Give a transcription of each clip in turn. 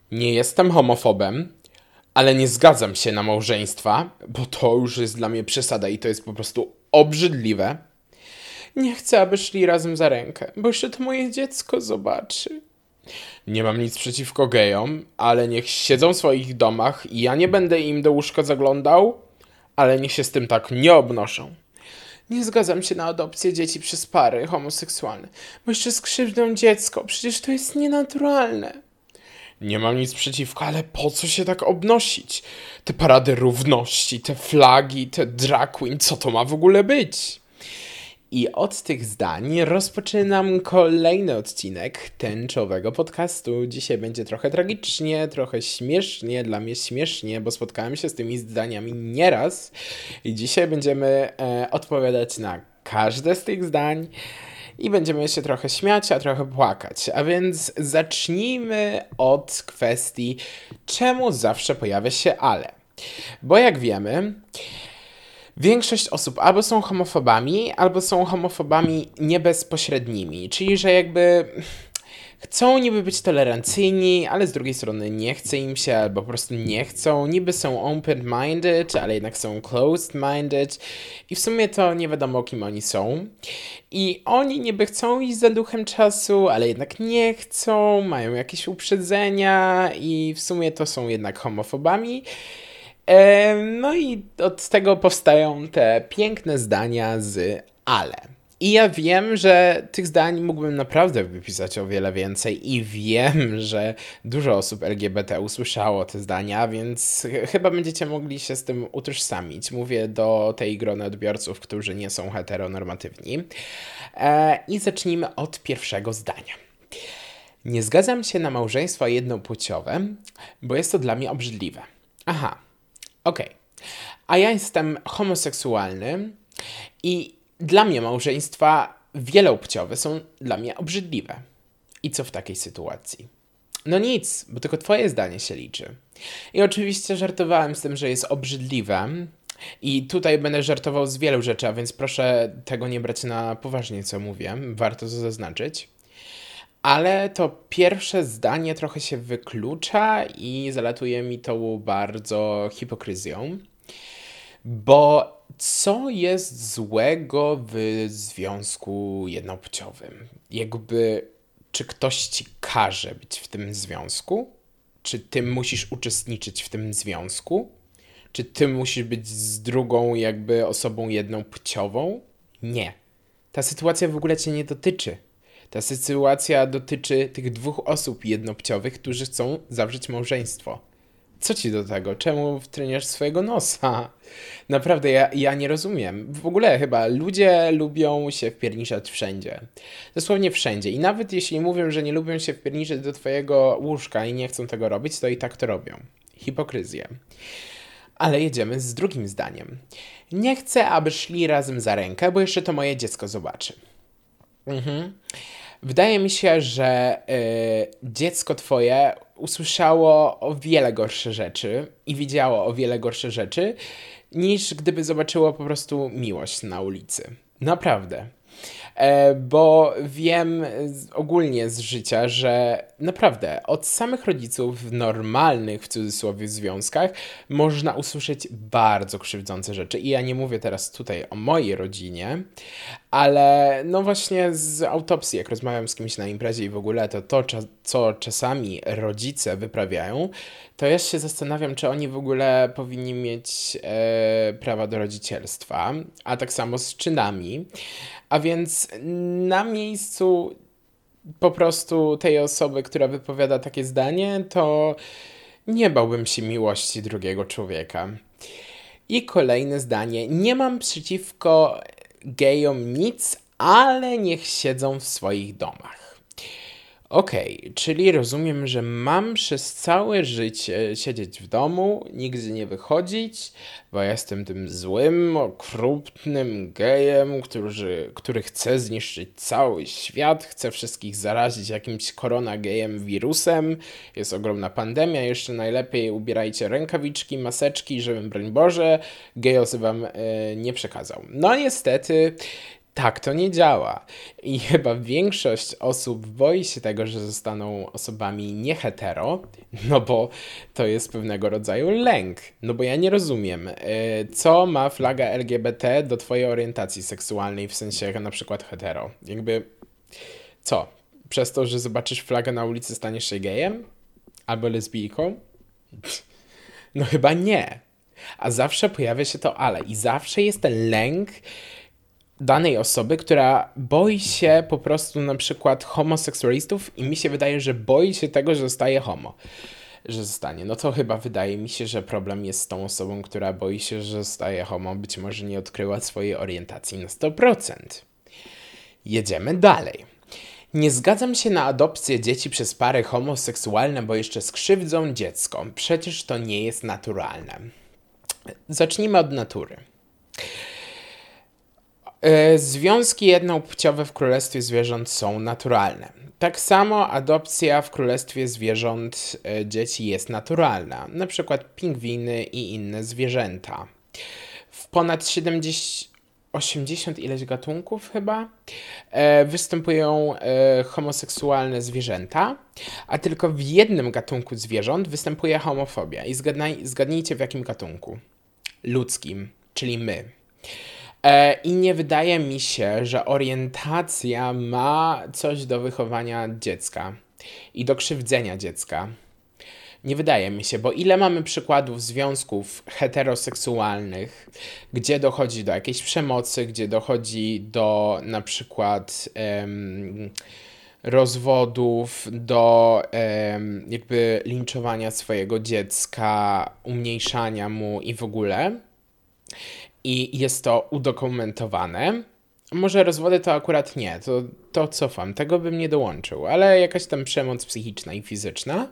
Nie jestem homofobem, ale nie zgadzam się na małżeństwa, bo to już jest dla mnie przesada i to jest po prostu obrzydliwe. Nie chcę, aby szli razem za rękę, bo jeszcze to moje dziecko zobaczy. Nie mam nic przeciwko gejom, ale niech siedzą w swoich domach i ja nie będę im do łóżka zaglądał, ale niech się z tym tak nie obnoszą. Nie zgadzam się na adopcję dzieci przez pary homoseksualne, bo jeszcze skrzywdzą dziecko, przecież to jest nienaturalne. Nie mam nic przeciwko, ale po co się tak obnosić? Te parady równości, te flagi, te drag queen, co to ma w ogóle być? I od tych zdań rozpoczynam kolejny odcinek tęczowego podcastu. Dzisiaj będzie trochę tragicznie, trochę śmiesznie, dla mnie śmiesznie, bo spotkałem się z tymi zdaniami nieraz. I dzisiaj będziemy odpowiadać na każde z tych zdań. I będziemy się trochę śmiać, a trochę płakać. A więc zacznijmy od kwestii, czemu zawsze pojawia się ale. Bo jak wiemy, większość osób albo są homofobami, albo są homofobami niebezpośrednimi. Czyli, że jakby chcą niby być tolerancyjni, ale z drugiej strony nie chce im się, albo po prostu nie chcą. Niby są open-minded, ale jednak są closed-minded. I w sumie to nie wiadomo, kim oni są. I oni niby chcą iść za duchem czasu, ale jednak nie chcą, mają jakieś uprzedzenia i w sumie to są jednak homofobami. No i od tego powstają te piękne zdania z ale. I ja wiem, że tych zdań mógłbym naprawdę wypisać o wiele więcej i wiem, że dużo osób LGBT usłyszało te zdania, więc chyba będziecie mogli się z tym utożsamić. Mówię do tej grony odbiorców, którzy nie są heteronormatywni. I zacznijmy od pierwszego zdania. Nie zgadzam się na małżeństwa jednopłciowe, bo jest to dla mnie obrzydliwe. Aha, okej. A ja jestem homoseksualny i dla mnie małżeństwa wielopłciowe są dla mnie obrzydliwe. I co w takiej sytuacji? No nic, bo tylko twoje zdanie się liczy. I oczywiście żartowałem z tym, że jest obrzydliwe. I tutaj będę żartował z wielu rzeczy, a więc proszę tego nie brać na poważnie, co mówię. Warto to zaznaczyć. Ale to pierwsze zdanie trochę się wyklucza i zalatuje mi to bardzo hipokryzją. Bo co jest złego w związku jednopłciowym? Jakby, czy ktoś ci każe być w tym związku? Czy ty musisz uczestniczyć w tym związku? Czy ty musisz być z drugą jakby osobą jednopłciową? Nie. Ta sytuacja w ogóle cię nie dotyczy. Ta sytuacja dotyczy tych dwóch osób jednopłciowych, którzy chcą zawrzeć małżeństwo. Co ci do tego? Czemu wtryniasz swojego nosa? Naprawdę, ja nie rozumiem. W ogóle chyba ludzie lubią się wpierniczać wszędzie. Dosłownie wszędzie. I nawet jeśli mówią, że nie lubią się wpierniczać do twojego łóżka i nie chcą tego robić, to i tak to robią. Hipokryzję. Ale jedziemy z drugim zdaniem. Nie chcę, aby szli razem za rękę, bo jeszcze to moje dziecko zobaczy. Wydaje mi się, że dziecko twoje usłyszało o wiele gorsze rzeczy i widziało o wiele gorsze rzeczy, niż gdyby zobaczyło po prostu miłość na ulicy. Naprawdę. Bo wiem ogólnie z życia, że naprawdę od samych rodziców w normalnych, w cudzysłowie, związkach można usłyszeć bardzo krzywdzące rzeczy. I ja nie mówię teraz tutaj o mojej rodzinie, ale no właśnie z autopsji, jak rozmawiam z kimś na imprezie i w ogóle to co czasami rodzice wyprawiają, to ja się zastanawiam, czy oni w ogóle powinni mieć prawa do rodzicielstwa, a tak samo z czynami. A więc na miejscu po prostu tej osoby, która wypowiada takie zdanie, to nie bałbym się miłości drugiego człowieka. I kolejne zdanie. Nie mam przeciwko gejom nic, ale niech siedzą w swoich domach. Okej, czyli rozumiem, że mam przez całe życie siedzieć w domu, nigdy nie wychodzić, bo jestem tym złym, okrutnym gejem, który chce zniszczyć cały świat, chce wszystkich zarazić jakimś koronagejem wirusem, jest ogromna pandemia, jeszcze najlepiej ubierajcie rękawiczki, maseczki, żebym, broń Boże, gejos wam nie przekazał. No niestety, Tak to nie działa. I chyba większość osób boi się tego, że zostaną osobami niehetero, no bo to jest pewnego rodzaju lęk. No bo ja nie rozumiem, co ma flaga LGBT do twojej orientacji seksualnej, w sensie na przykład hetero. Jakby, co? Przez to, że zobaczysz flagę na ulicy, staniesz się gejem? Albo lesbijką? No chyba nie. A zawsze pojawia się to ale i zawsze jest ten lęk danej osoby, która boi się po prostu na przykład homoseksualistów i mi się wydaje, że boi się tego, że zostaje homo. Że zostanie. No to chyba wydaje mi się, że problem jest z tą osobą, która boi się, że zostaje homo. Być może nie odkryła swojej orientacji na 100%. Jedziemy dalej. Nie zgadzam się na adopcję dzieci przez pary homoseksualne, bo jeszcze skrzywdzą dziecko. Przecież to nie jest naturalne. Zacznijmy od natury. Związki jednopłciowe w Królestwie Zwierząt są naturalne. Tak samo adopcja w Królestwie Zwierząt dzieci jest naturalna. Na przykład pingwiny i inne zwierzęta. W ponad 80 ileś gatunków chyba występują homoseksualne zwierzęta, a tylko w jednym gatunku zwierząt występuje homofobia. I zgadnijcie w jakim gatunku? Ludzkim, czyli my. I nie wydaje mi się, że orientacja ma coś do wychowania dziecka i do krzywdzenia dziecka. Nie wydaje mi się, bo ile mamy przykładów związków heteroseksualnych, gdzie dochodzi do jakiejś przemocy, gdzie dochodzi do na przykład rozwodów, do jakby linczowania swojego dziecka, umniejszania mu i w ogóle. I jest to udokumentowane. Może rozwody to akurat nie, to cofam, tego bym nie dołączył, ale jakaś tam przemoc psychiczna i fizyczna.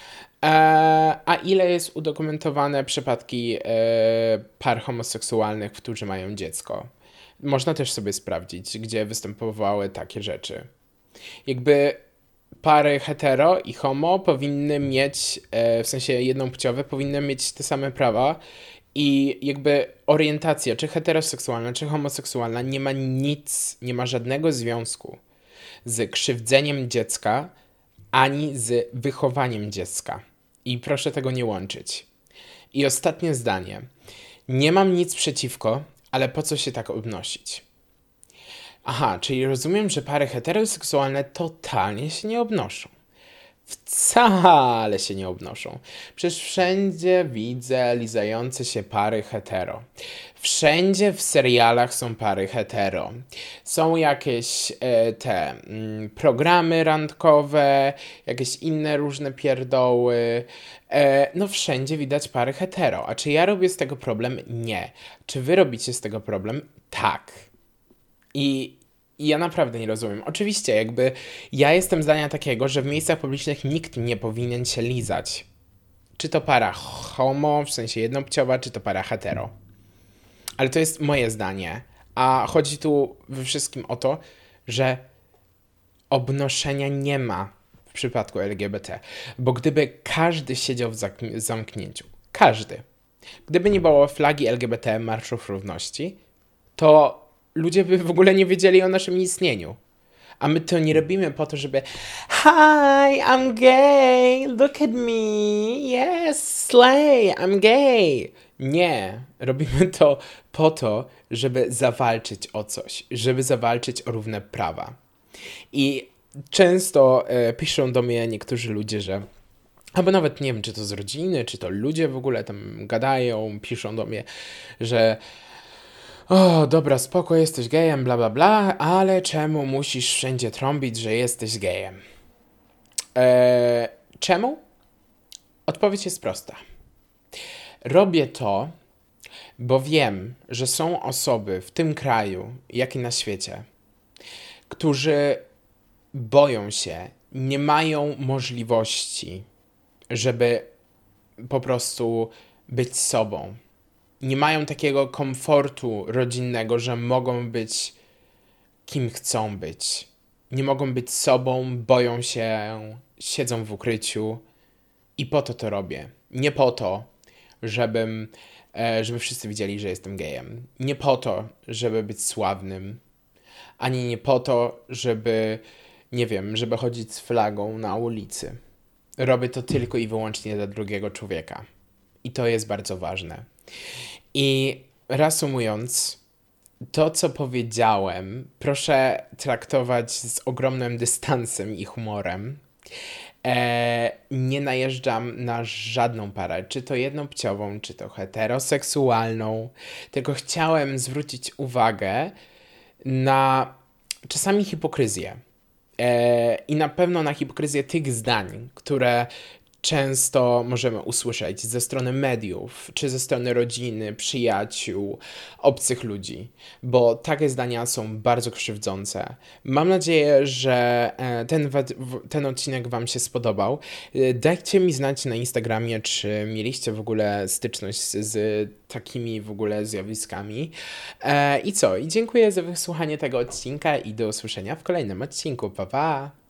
A ile jest udokumentowane przypadki par homoseksualnych, którzy mają dziecko? Można też sobie sprawdzić, gdzie występowały takie rzeczy. Jakby pary hetero i homo powinny mieć, w sensie jednopłciowe, powinny mieć te same prawa i jakby orientacja, czy heteroseksualna, czy homoseksualna, nie ma nic, nie ma żadnego związku z krzywdzeniem dziecka, ani z wychowaniem dziecka. I proszę tego nie łączyć. I ostatnie zdanie. Nie mam nic przeciwko, ale po co się tak obnosić? Aha, czyli rozumiem, że pary heteroseksualne totalnie się nie obnoszą. Wcale się nie obnoszą. Przecież wszędzie widzę lizające się pary hetero. Wszędzie w serialach są pary hetero. Są jakieś programy randkowe, jakieś inne różne pierdoły. No wszędzie widać pary hetero. A czy ja robię z tego problem? Nie. Czy wy robicie z tego problem? Tak. I ja naprawdę nie rozumiem. Oczywiście, jakby ja jestem zdania takiego, że w miejscach publicznych nikt nie powinien się lizać. Czy to para homo, w sensie jednopłciowa, czy to para hetero. Ale to jest moje zdanie. A chodzi tu we wszystkim o to, że obnoszenia nie ma w przypadku LGBT. Bo gdyby każdy siedział w zamknięciu, każdy, gdyby nie było flagi LGBT, Marszów Równości, to ludzie by w ogóle nie wiedzieli o naszym istnieniu. A my to nie robimy po to, żeby Hi, I'm gay, look at me, yes, slay, I'm gay. Nie, robimy to po to, żeby zawalczyć o coś, żeby zawalczyć o równe prawa. I często piszą do mnie niektórzy ludzie, że albo nawet nie wiem, czy to z rodziny, czy to ludzie w ogóle tam gadają, piszą do mnie, że o, dobra, spoko, jesteś gejem, bla, bla, bla, ale czemu musisz wszędzie trąbić, że jesteś gejem? Czemu? Odpowiedź jest prosta. Robię to, bo wiem, że są osoby w tym kraju, jak i na świecie, którzy boją się, nie mają możliwości, żeby po prostu być sobą. Nie mają takiego komfortu rodzinnego, że mogą być kim chcą być. Nie mogą być sobą, boją się, siedzą w ukryciu i po to robię. Nie po to, żeby wszyscy widzieli, że jestem gejem. Nie po to, żeby być sławnym, ani nie po to, żeby, nie wiem, żeby chodzić z flagą na ulicy. Robię to tylko i wyłącznie dla drugiego człowieka. I to jest bardzo ważne. I reasumując, to co powiedziałem, proszę traktować z ogromnym dystansem i humorem. Nie najeżdżam na żadną parę, czy to jednopłciową, czy to heteroseksualną, tylko chciałem zwrócić uwagę na czasami hipokryzję. I na pewno na hipokryzję tych zdań, które często możemy usłyszeć ze strony mediów, czy ze strony rodziny, przyjaciół, obcych ludzi, bo takie zdania są bardzo krzywdzące. Mam nadzieję, że ten odcinek Wam się spodobał. Dajcie mi znać na Instagramie, czy mieliście w ogóle styczność z takimi w ogóle zjawiskami. I co? I dziękuję za wysłuchanie tego odcinka i do usłyszenia w kolejnym odcinku. Pa, pa!